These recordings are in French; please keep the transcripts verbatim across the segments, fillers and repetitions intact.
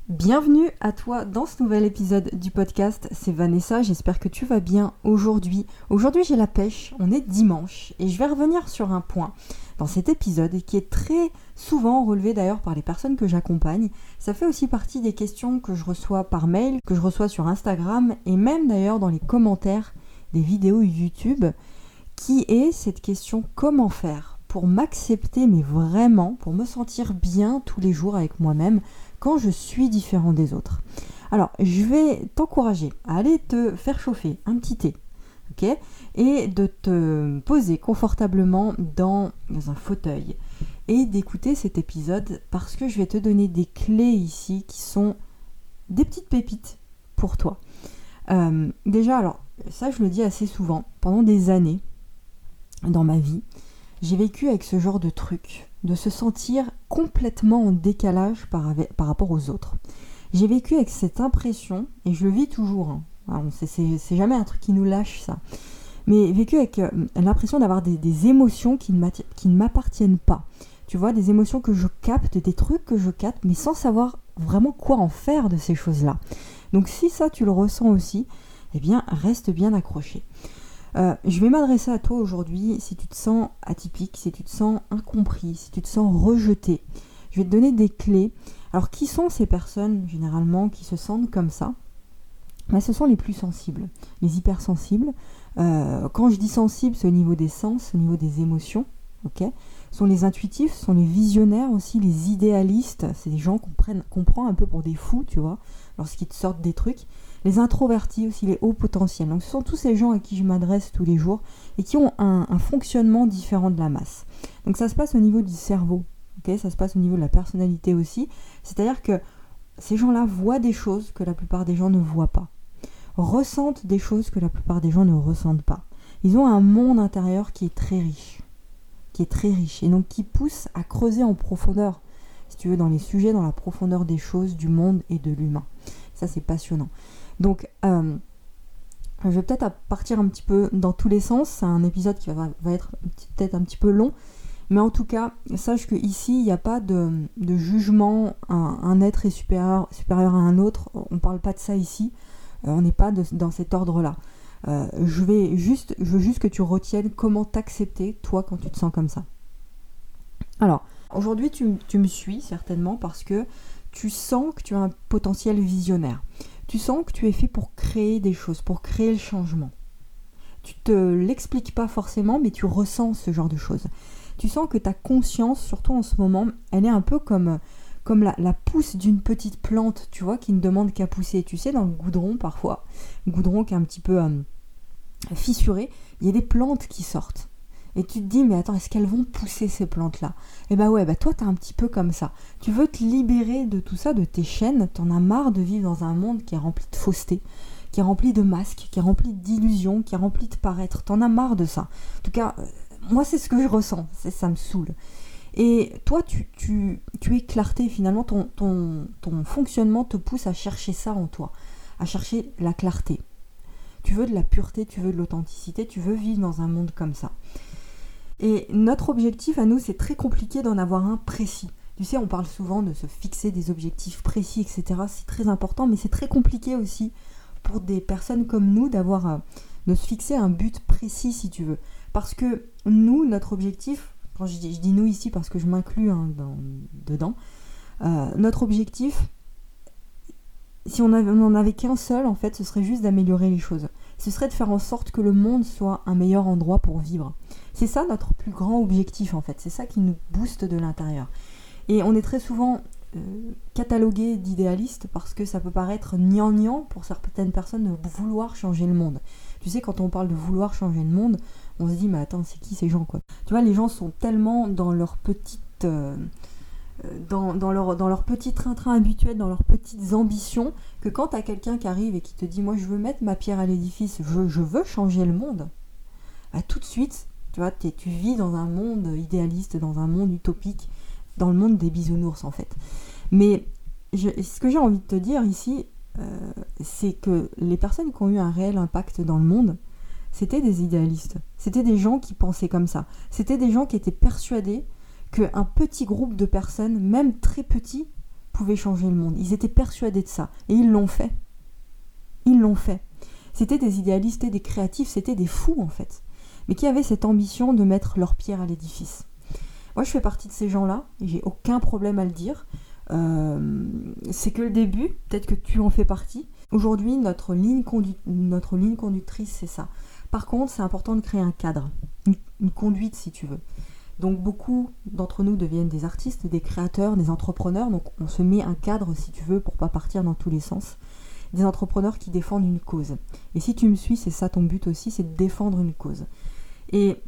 Bienvenue à toi dans ce nouvel épisode du podcast, c'est Vanessa, j'espère que tu vas bien aujourd'hui. Aujourd'hui j'ai la pêche, on est dimanche et je vais revenir sur un point dans cet épisode qui est très souvent relevé d'ailleurs par les personnes que j'accompagne. Ça fait aussi partie des questions que je reçois par mail, que je reçois sur Instagram et même d'ailleurs dans les commentaires des vidéos YouTube, qui est cette question: comment faire pour m'accepter, mais vraiment pour me sentir bien tous les jours avec moi-même quand je suis différent des autres. Alors, je vais t'encourager à aller te faire chauffer un petit thé, ok, et de te poser confortablement dans un fauteuil et d'écouter cet épisode parce que je vais te donner des clés ici qui sont des petites pépites pour toi. Euh, déjà, alors, ça je le dis assez souvent, pendant des années dans ma vie, j'ai vécu avec ce genre de truc, de se sentir complètement en décalage par, avec, par rapport aux autres. J'ai vécu avec cette impression, et je le vis toujours, hein. Alors, c'est, c'est, c'est jamais un truc qui nous lâche ça, mais vécu avec euh, l'impression d'avoir des, des émotions qui ne, qui ne m'appartiennent pas. Tu vois, des émotions que je capte, des trucs que je capte, mais sans savoir vraiment quoi en faire de ces choses-là. Donc si ça tu le ressens aussi, eh bien reste bien accroché. Euh, je vais m'adresser à toi aujourd'hui si tu te sens atypique, si tu te sens incompris, si tu te sens rejeté. Je vais te donner des clés. Alors, qui sont ces personnes, généralement, qui se sentent comme ça ? Ben, ce sont les plus sensibles, les hypersensibles. Euh, quand je dis sensible, c'est au niveau des sens, au niveau des émotions. Ok ? Ce sont les intuitifs, ce sont les visionnaires aussi, les idéalistes. C'est des gens qu'on, prenne, qu'on prend un peu pour des fous, tu vois, lorsqu'ils te sortent des trucs. Les introvertis aussi, les hauts potentiels. Donc ce sont tous ces gens à qui je m'adresse tous les jours et qui ont un, un fonctionnement différent de la masse. Donc ça se passe au niveau du cerveau, okay, ça se passe au niveau de la personnalité aussi. C'est-à-dire que ces gens-là voient des choses que la plupart des gens ne voient pas, ressentent des choses que la plupart des gens ne ressentent pas. Ils ont un monde intérieur qui est très riche, qui est très riche et donc qui pousse à creuser en profondeur, si tu veux, dans les sujets, dans la profondeur des choses, du monde et de l'humain. Ça, c'est passionnant. Donc, euh, je vais peut-être partir un petit peu dans tous les sens. C'est un épisode qui va, va être peut-être un petit peu long. Mais en tout cas, sache qu'ici, il n'y a pas de, de jugement. Un, un être est supérieur, supérieur à un autre. On ne parle pas de ça ici. Euh, on n'est pas de, dans cet ordre-là. Euh, je, vais juste, je veux juste que tu retiennes comment t'accepter, toi, quand tu te sens comme ça. Alors, aujourd'hui, tu, tu me suis certainement parce que tu sens que tu as un potentiel visionnaire. Tu sens que tu es fait pour créer des choses, pour créer le changement. Tu te l'expliques pas forcément, mais tu ressens ce genre de choses. Tu sens que ta conscience, surtout en ce moment, elle est un peu comme, comme la, la pousse d'une petite plante, tu vois, qui ne demande qu'à pousser. Tu sais, dans le goudron, parfois, le goudron qui est un petit peu euh, fissuré, il y a des plantes qui sortent. Et tu te dis, mais attends, est-ce qu'elles vont pousser ces plantes-là ? Et bah ouais, bah toi t'es un petit peu comme ça. Tu veux te libérer de tout ça, de tes chaînes, t'en as marre de vivre dans un monde qui est rempli de fausseté, qui est rempli de masques, qui est rempli d'illusions, qui est rempli de paraître. T'en as marre de ça. En tout cas, euh, moi c'est ce que je ressens, c'est, ça me saoule. Et toi, tu, tu, tu es clarté, finalement, ton, ton, ton fonctionnement te pousse à chercher ça en toi, à chercher la clarté. Tu veux de la pureté, tu veux de l'authenticité, tu veux vivre dans un monde comme ça. Et notre objectif à nous, c'est très compliqué d'en avoir un précis. Tu sais, on parle souvent de se fixer des objectifs précis, et cetera. C'est très important, mais c'est très compliqué aussi pour des personnes comme nous d'avoir, euh, de se fixer un but précis, si tu veux. Parce que nous, notre objectif, quand je dis, je dis nous ici parce que je m'inclus hein, dans, dedans, euh, notre objectif, si on n'en avait qu'un seul, en fait, ce serait juste d'améliorer les choses. Ce serait de faire en sorte que le monde soit un meilleur endroit pour vivre. C'est ça notre plus grand objectif, en fait. C'est ça qui nous booste de l'intérieur. Et on est très souvent euh, catalogué d'idéalistes parce que ça peut paraître gnangnan pour certaines personnes de vouloir changer le monde. Tu sais, quand on parle de vouloir changer le monde, on se dit, mais attends, c'est qui ces gens, quoi ? Tu vois, les gens sont tellement dans leur petite... Euh, Dans, dans, leur, dans leur petit train-train habituel, dans leurs petites ambitions, que quand tu as quelqu'un qui arrive et qui te dit « moi je veux mettre ma pierre à l'édifice, je, je veux changer le monde bah, », tout de suite, tu vois, tu vis dans un monde idéaliste, dans un monde utopique, dans le monde des bisounours en fait. Mais je, ce que j'ai envie de te dire ici, euh, c'est que les personnes qui ont eu un réel impact dans le monde, c'était des idéalistes, c'était des gens qui pensaient comme ça, c'était des gens qui étaient persuadés qu'un petit groupe de personnes, même très petit, pouvaient changer le monde. Ils étaient persuadés de ça. Et ils l'ont fait. Ils l'ont fait. C'était des idéalistes, des créatifs, c'était des fous en fait. Mais qui avaient cette ambition de mettre leur pierre à l'édifice. Moi je fais partie de ces gens-là, et j'ai aucun problème à le dire. Euh, c'est que le début, peut-être que tu en fais partie. Aujourd'hui, notre ligne, condu- notre ligne conductrice, c'est ça. Par contre, c'est important de créer un cadre, une, une conduite si tu veux. Donc beaucoup d'entre nous deviennent des artistes, des créateurs, des entrepreneurs. Donc on se met un cadre si tu veux pour pas partir dans tous les sens. Des entrepreneurs qui défendent une cause. Et si tu me suis, c'est ça ton but aussi, c'est de défendre une cause. Et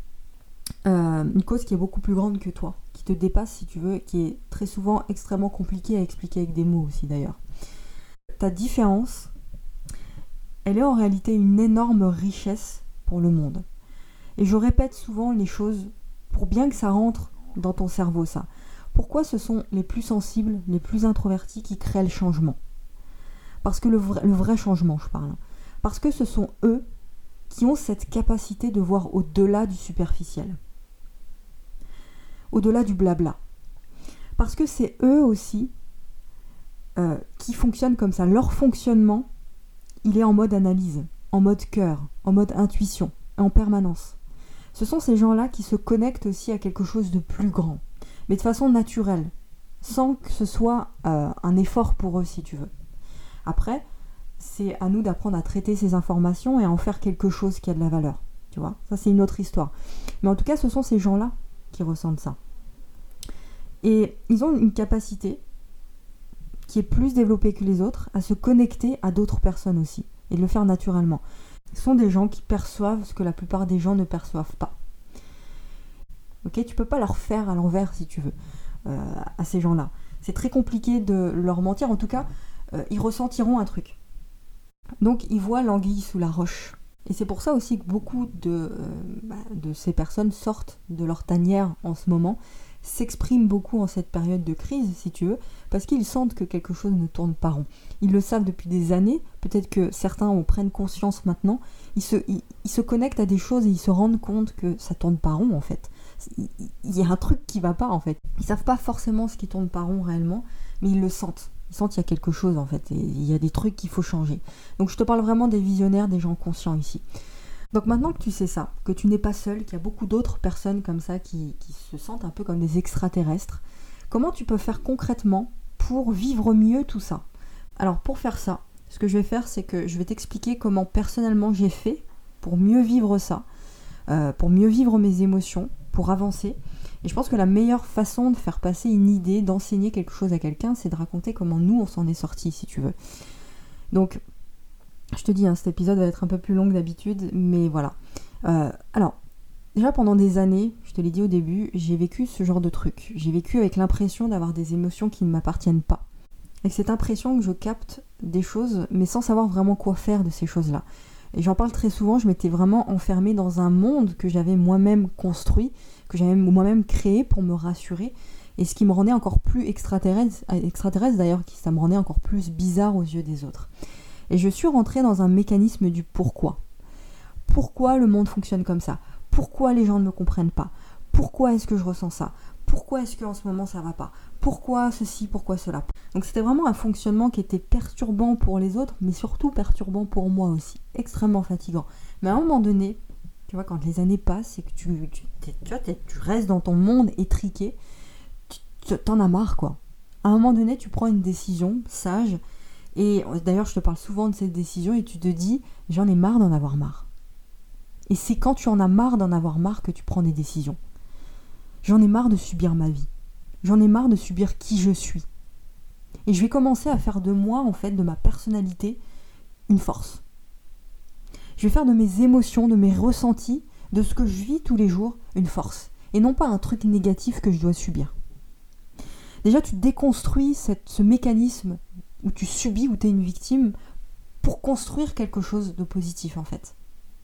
euh, une cause qui est beaucoup plus grande que toi, qui te dépasse si tu veux, qui est très souvent extrêmement compliquée à expliquer avec des mots aussi d'ailleurs. Ta différence, elle est en réalité une énorme richesse pour le monde. Et je répète souvent les choses pour bien que ça rentre dans ton cerveau, ça. Pourquoi ce sont les plus sensibles, les plus introvertis qui créent le changement ? Parce que le vrai, le vrai changement, je parle. Parce que ce sont eux qui ont cette capacité de voir au-delà du superficiel. Au-delà du blabla. Parce que c'est eux aussi euh, qui fonctionnent comme ça. Leur fonctionnement, il est en mode analyse, en mode cœur, en mode intuition, en permanence. Ce sont ces gens-là qui se connectent aussi à quelque chose de plus grand, mais de façon naturelle, sans que ce soit euh, un effort pour eux, si tu veux. Après, c'est à nous d'apprendre à traiter ces informations et à en faire quelque chose qui a de la valeur. Tu vois, ça c'est une autre histoire. Mais en tout cas, ce sont ces gens-là qui ressentent ça. Et ils ont une capacité qui est plus développée que les autres à se connecter à d'autres personnes aussi et de le faire naturellement. Ce sont des gens qui perçoivent ce que la plupart des gens ne perçoivent pas. Ok, tu peux pas leur faire à l'envers si tu veux euh, à ces gens-là. C'est très compliqué de leur mentir. En tout cas, euh, ils ressentiront un truc. Donc ils voient l'anguille sous la roche. Et c'est pour ça aussi que beaucoup de, euh, bah, de ces personnes sortent de leur tanière en ce moment, s'expriment beaucoup en cette période de crise, si tu veux, parce qu'ils sentent que quelque chose ne tourne pas rond. Ils le savent depuis des années, peut-être que certains en prennent conscience maintenant, ils se, ils, ils se connectent à des choses et ils se rendent compte que ça tourne pas rond en fait. Il, il y a un truc qui va pas en fait. Ils savent pas forcément ce qui tourne pas rond réellement, mais ils le sentent. Ils sentent qu'il y a quelque chose en fait, et il y a des trucs qu'il faut changer. Donc je te parle vraiment des visionnaires, des gens conscients ici. Donc maintenant que tu sais ça, que tu n'es pas seul, qu'il y a beaucoup d'autres personnes comme ça qui, qui se sentent un peu comme des extraterrestres, comment tu peux faire concrètement pour vivre mieux tout ça ? Alors pour faire ça, ce que je vais faire, c'est que je vais t'expliquer comment personnellement j'ai fait pour mieux vivre ça, euh, pour mieux vivre mes émotions, pour avancer. Et je pense que la meilleure façon de faire passer une idée, d'enseigner quelque chose à quelqu'un, c'est de raconter comment nous on s'en est sortis, si tu veux. Donc, je te dis, hein, cet épisode va être un peu plus long que d'habitude, mais voilà. Euh, alors, déjà pendant des années, je te l'ai dit au début, j'ai vécu ce genre de truc. J'ai vécu avec l'impression d'avoir des émotions qui ne m'appartiennent pas. Avec cette impression que je capte des choses, mais sans savoir vraiment quoi faire de ces choses-là. Et j'en parle très souvent, je m'étais vraiment enfermée dans un monde que j'avais moi-même construit, que j'avais moi-même créé pour me rassurer, et ce qui me rendait encore plus extraterrestre, extraterrestre d'ailleurs, qui ça me rendait encore plus bizarre aux yeux des autres. Et je suis rentrée dans un mécanisme du pourquoi. Pourquoi le monde fonctionne comme ça ? Pourquoi les gens ne me comprennent pas ? Pourquoi est-ce que je ressens ça ? Pourquoi est-ce qu'en ce moment ça va pas ? Pourquoi ceci ? Pourquoi cela ? Donc c'était vraiment un fonctionnement qui était perturbant pour les autres, mais surtout perturbant pour moi aussi. Extrêmement fatigant. Mais à un moment donné, tu vois, quand les années passent et que tu, tu, tu, vois, tu restes dans ton monde étriqué, tu t'en as marre quoi. À un moment donné, tu prends une décision sage. Et d'ailleurs, je te parle souvent de cette décision et tu te dis, j'en ai marre d'en avoir marre. Et c'est quand tu en as marre d'en avoir marre que tu prends des décisions. J'en ai marre de subir ma vie. J'en ai marre de subir qui je suis. Et je vais commencer à faire de moi, en fait, de ma personnalité, une force. Je vais faire de mes émotions, de mes ressentis, de ce que je vis tous les jours, une force. Et non pas un truc négatif que je dois subir. Déjà, tu déconstruis cette, ce mécanisme où tu subis, où tu es une victime, pour construire quelque chose de positif en fait.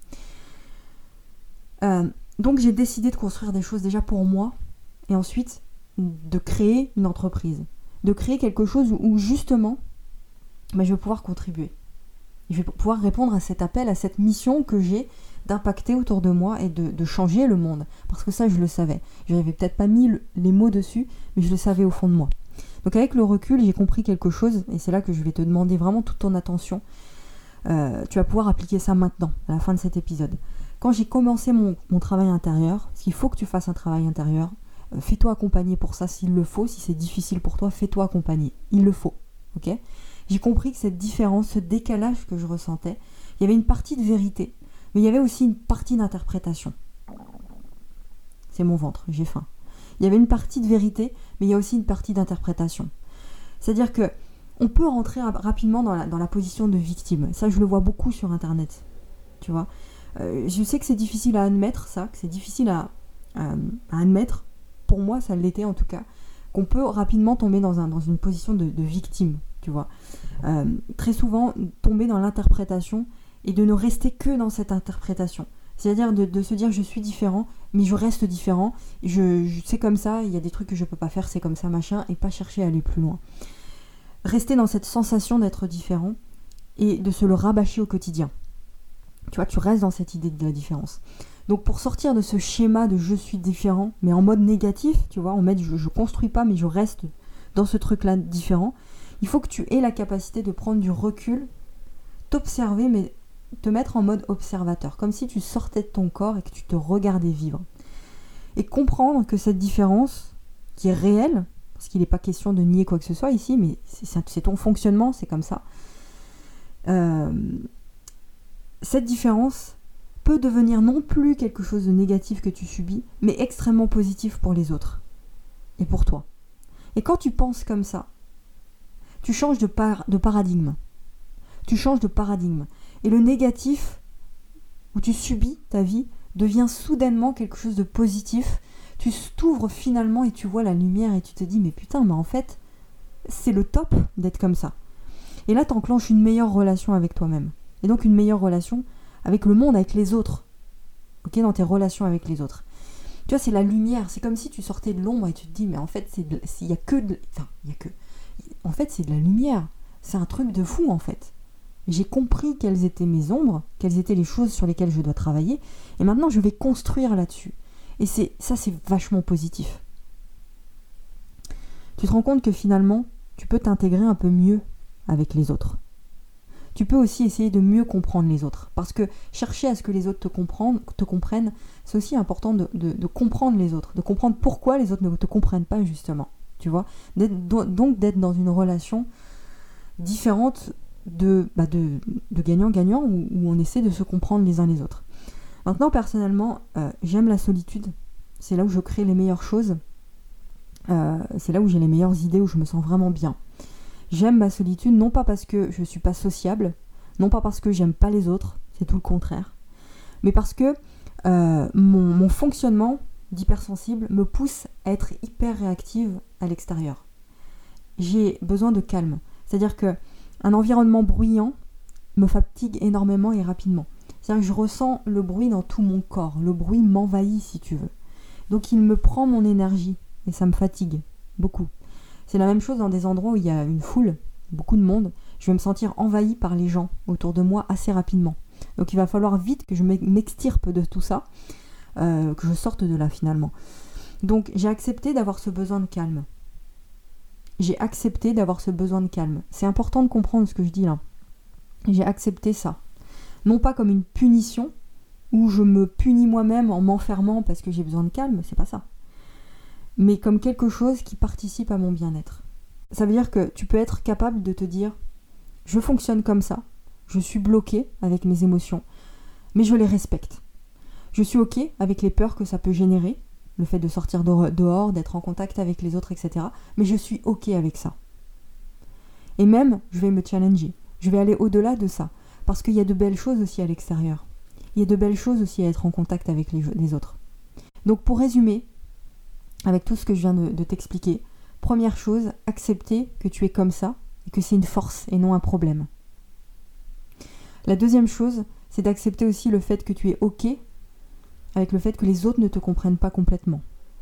Euh, donc j'ai décidé de construire des choses déjà pour moi, et ensuite de créer une entreprise, de créer quelque chose où justement bah, je vais pouvoir contribuer. Je vais pouvoir répondre à cet appel, à cette mission que j'ai d'impacter autour de moi et de, de changer le monde. Parce que ça, je le savais. Je n'avais peut-être pas mis le, les mots dessus, mais je le savais au fond de moi. Donc avec le recul, j'ai compris quelque chose, et c'est là que je vais te demander vraiment toute ton attention. Euh, tu vas pouvoir appliquer ça maintenant, à la fin de cet épisode. Quand j'ai commencé mon, mon travail intérieur, parce qu'il faut que tu fasses un travail intérieur, euh, fais-toi accompagner pour ça s'il le faut. Si c'est difficile pour toi, fais-toi accompagner. Il le faut, ok ? J'ai compris que cette différence, ce décalage que je ressentais, il y avait une partie de vérité, mais il y avait aussi une partie d'interprétation. C'est mon ventre, j'ai faim. Il y avait une partie de vérité, mais il y a aussi une partie d'interprétation. C'est-à-dire que on peut rentrer rapidement dans la, dans la position de victime. Ça, je le vois beaucoup sur Internet. Tu vois, euh, je sais que c'est difficile à admettre, ça, que c'est difficile à, à, à admettre. Pour moi, ça l'était en tout cas. Qu'on peut rapidement tomber dans, un, dans une position de, de victime, tu vois. Euh, très souvent, tomber dans l'interprétation et de ne rester que dans cette interprétation. C'est-à-dire de, de se dire je suis différent, mais je reste différent. Je, je, c'est comme ça, il y a des trucs que je peux pas faire, c'est comme ça, machin, et pas chercher à aller plus loin. Rester dans cette sensation d'être différent et de se le rabâcher au quotidien. Tu vois, tu restes dans cette idée de la différence. Donc pour sortir de ce schéma de je suis différent, mais en mode négatif, tu vois, en mode je, je construis pas, mais je reste dans ce truc-là différent, il faut que tu aies la capacité de prendre du recul, t'observer, mais te mettre en mode observateur, comme si tu sortais de ton corps et que tu te regardais vivre. Et comprendre que cette différence, qui est réelle, parce qu'il n'est pas question de nier quoi que ce soit ici, mais c'est, c'est ton fonctionnement, c'est comme ça. Euh, cette différence peut devenir non plus quelque chose de négatif que tu subis, mais extrêmement positif pour les autres et pour toi. Et quand tu penses comme ça, tu changes de, par, de paradigme. Tu changes de paradigme. Et le négatif, où tu subis ta vie, devient soudainement quelque chose de positif. Tu t'ouvres finalement et tu vois la lumière et tu te dis mais putain, mais en fait, c'est le top d'être comme ça. Et là, tu enclenches une meilleure relation avec toi-même. Et donc une meilleure relation avec le monde, avec les autres. Ok, dans tes relations avec les autres. Tu vois, c'est la lumière. C'est comme si tu sortais de l'ombre et tu te dis mais en fait, il y a que de... Enfin, il y a que... En fait, c'est de la lumière. C'est un truc de fou, en fait. J'ai compris quelles étaient mes ombres, quelles étaient les choses sur lesquelles je dois travailler, et maintenant je vais construire là-dessus. Et c'est, ça, c'est vachement positif. Tu te rends compte que finalement, tu peux t'intégrer un peu mieux avec les autres. Tu peux aussi essayer de mieux comprendre les autres, parce que chercher à ce que les autres te comprennent, te comprennent c'est aussi important de, de, de comprendre les autres, de comprendre pourquoi les autres ne te comprennent pas, justement. Tu vois, d'être, donc d'être dans une relation différente de, bah de, de gagnant-gagnant où, où on essaie de se comprendre les uns les autres. Maintenant, personnellement, euh, j'aime la solitude. C'est là où je crée les meilleures choses. Euh, c'est là où j'ai les meilleures idées, où je me sens vraiment bien. J'aime ma solitude, non pas parce que je suis pas sociable, non pas parce que j'aime pas les autres, c'est tout le contraire, mais parce que euh, mon, mon fonctionnement d'hypersensible me pousse à être hyper réactive à l'extérieur. J'ai besoin de calme. C'est-à-dire que un environnement bruyant me fatigue énormément et rapidement. C'est-à-dire que je ressens le bruit dans tout mon corps. Le bruit m'envahit, si tu veux. Donc il me prend mon énergie et ça me fatigue beaucoup. C'est la même chose dans des endroits où il y a une foule, beaucoup de monde. Je vais me sentir envahie par les gens autour de moi assez rapidement. Donc il va falloir vite que je m'extirpe de tout ça, euh, que je sorte de là finalement. Donc j'ai accepté d'avoir ce besoin de calme. J'ai accepté d'avoir ce besoin de calme. C'est important de comprendre ce que je dis là. J'ai accepté ça. Non pas comme une punition, où je me punis moi-même en m'enfermant parce que j'ai besoin de calme, c'est pas ça. Mais comme quelque chose qui participe à mon bien-être. Ça veut dire que tu peux être capable de te dire « Je fonctionne comme ça, je suis bloqué avec mes émotions, mais je les respecte. Je suis ok avec les peurs que ça peut générer, le fait de sortir dehors, d'être en contact avec les autres, et cetera. Mais je suis ok avec ça. Et même, je vais me challenger. Je vais aller au-delà de ça. Parce qu'il y a de belles choses aussi à l'extérieur. Il y a de belles choses aussi à être en contact avec les, les autres. Donc pour résumer, avec tout ce que je viens de, de t'expliquer, première chose, accepter que tu es comme ça et que c'est une force et non un problème. La deuxième chose, c'est d'accepter aussi le fait que tu es ok avec le fait que les autres ne te comprennent pas complètement.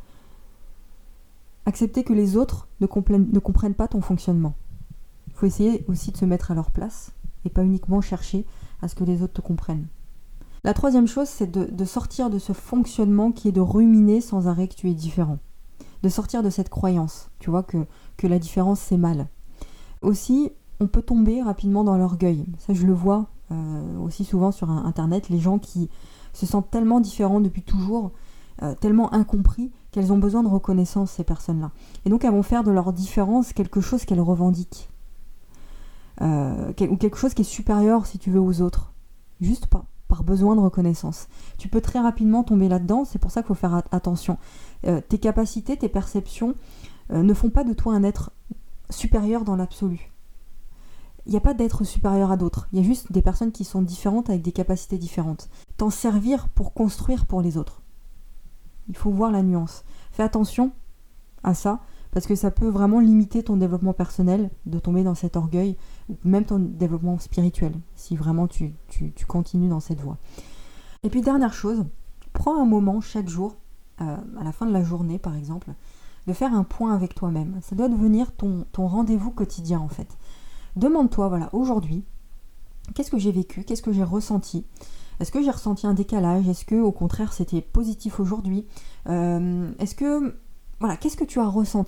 Accepter que les autres ne comprennent, ne comprennent pas ton fonctionnement. Il faut essayer aussi de se mettre à leur place et pas uniquement chercher à ce que les autres te comprennent. La troisième chose, c'est de, de sortir de ce fonctionnement qui est de ruminer sans arrêt que tu es différent. de sortir de cette croyance, tu vois, que, que la différence c'est mal. Aussi, on peut tomber rapidement dans l'orgueil. Ça, je le vois euh, aussi souvent sur Internet, les gens qui se sentent tellement différents depuis toujours, euh, tellement incompris, qu'elles ont besoin de reconnaissance, ces personnes-là. Et donc, elles vont faire de leur différence quelque chose qu'elles revendiquent. Euh, ou quelque chose qui est supérieur, si tu veux, aux autres. Juste pas. Par besoin de reconnaissance. Tu peux très rapidement tomber là-dedans, c'est pour ça qu'il faut faire attention. Euh, tes capacités, tes perceptions euh, ne font pas de toi un être supérieur dans l'absolu. Il n'y a pas d'être supérieur à d'autres, il y a juste des personnes qui sont différentes avec des capacités différentes. T'en servir pour construire pour les autres. Il faut voir la nuance. Fais attention à ça, parce que ça peut vraiment limiter ton développement personnel, de tomber dans cet orgueil, ou même ton développement spirituel, si vraiment tu, tu, tu continues dans cette voie. Et puis dernière chose, prends un moment chaque jour, euh, à la fin de la journée par exemple, de faire un point avec toi-même. Ça doit devenir ton, ton rendez-vous quotidien en fait. Demande-toi, voilà, aujourd'hui, qu'est-ce que j'ai vécu, qu'est-ce que j'ai ressenti ? Est-ce que j'ai ressenti un décalage ? Est-ce que au contraire c'était positif aujourd'hui ? euh, Est-ce que... Voilà, qu'est-ce que tu as ressenti ?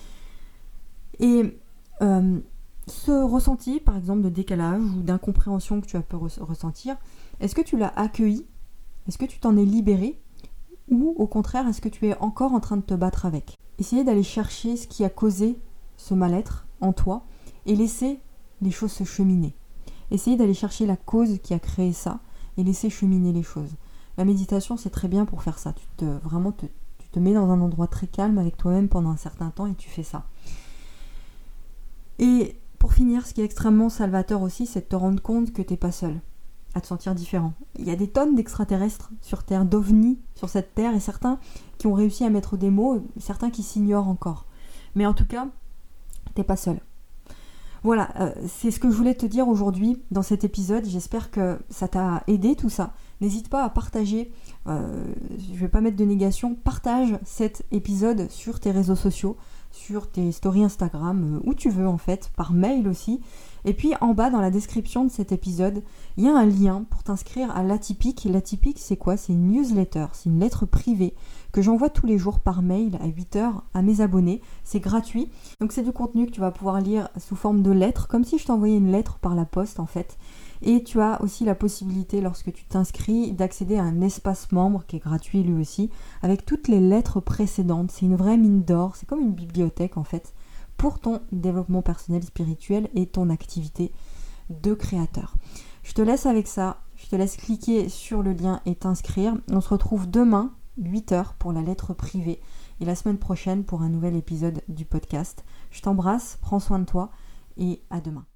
Et euh, ce ressenti, par exemple, de décalage ou d'incompréhension que tu as pu re- ressentir, est-ce que tu l'as accueilli ? Est-ce que tu t'en es libéré ? Ou au contraire, est-ce que tu es encore en train de te battre avec ? Essayez d'aller chercher ce qui a causé ce mal-être en toi et laisser les choses se cheminer. Essayez d'aller chercher la cause qui a créé ça et laisser cheminer les choses. La méditation, c'est très bien pour faire ça. Tu te, vraiment te Tu te mets dans un endroit très calme avec toi-même pendant un certain temps et tu fais ça. Et pour finir, ce qui est extrêmement salvateur aussi, c'est de te rendre compte que t'es pas seul à te sentir différent. Il y a des tonnes d'extraterrestres sur Terre, d'ovnis sur cette Terre, et certains qui ont réussi à mettre des mots, certains qui s'ignorent encore. Mais en tout cas, t'es pas seul. Voilà, euh, c'est ce que je voulais te dire aujourd'hui dans cet épisode. J'espère que ça t'a aidé tout ça. N'hésite pas à partager, euh, je ne vais pas mettre de négation, partage cet épisode sur tes réseaux sociaux, sur tes stories Instagram, euh, où tu veux en fait, par mail aussi. Et puis en bas dans la description de cet épisode, il y a un lien pour t'inscrire à l'Atypique. L'Atypique c'est quoi ? C'est une newsletter, c'est une lettre privée que j'envoie tous les jours par mail à huit heures à mes abonnés. C'est gratuit, donc c'est du contenu que tu vas pouvoir lire sous forme de lettres, comme si je t'envoyais une lettre par la poste en fait. Et tu as aussi la possibilité, lorsque tu t'inscris, d'accéder à un espace membre qui est gratuit lui aussi, avec toutes les lettres précédentes. C'est une vraie mine d'or, c'est comme une bibliothèque en fait, pour ton développement personnel, spirituel et ton activité de créateur. Je te laisse avec ça, je te laisse cliquer sur le lien et t'inscrire. On se retrouve demain, huit heures, pour la lettre privée, et la semaine prochaine pour un nouvel épisode du podcast. Je t'embrasse, prends soin de toi et à demain.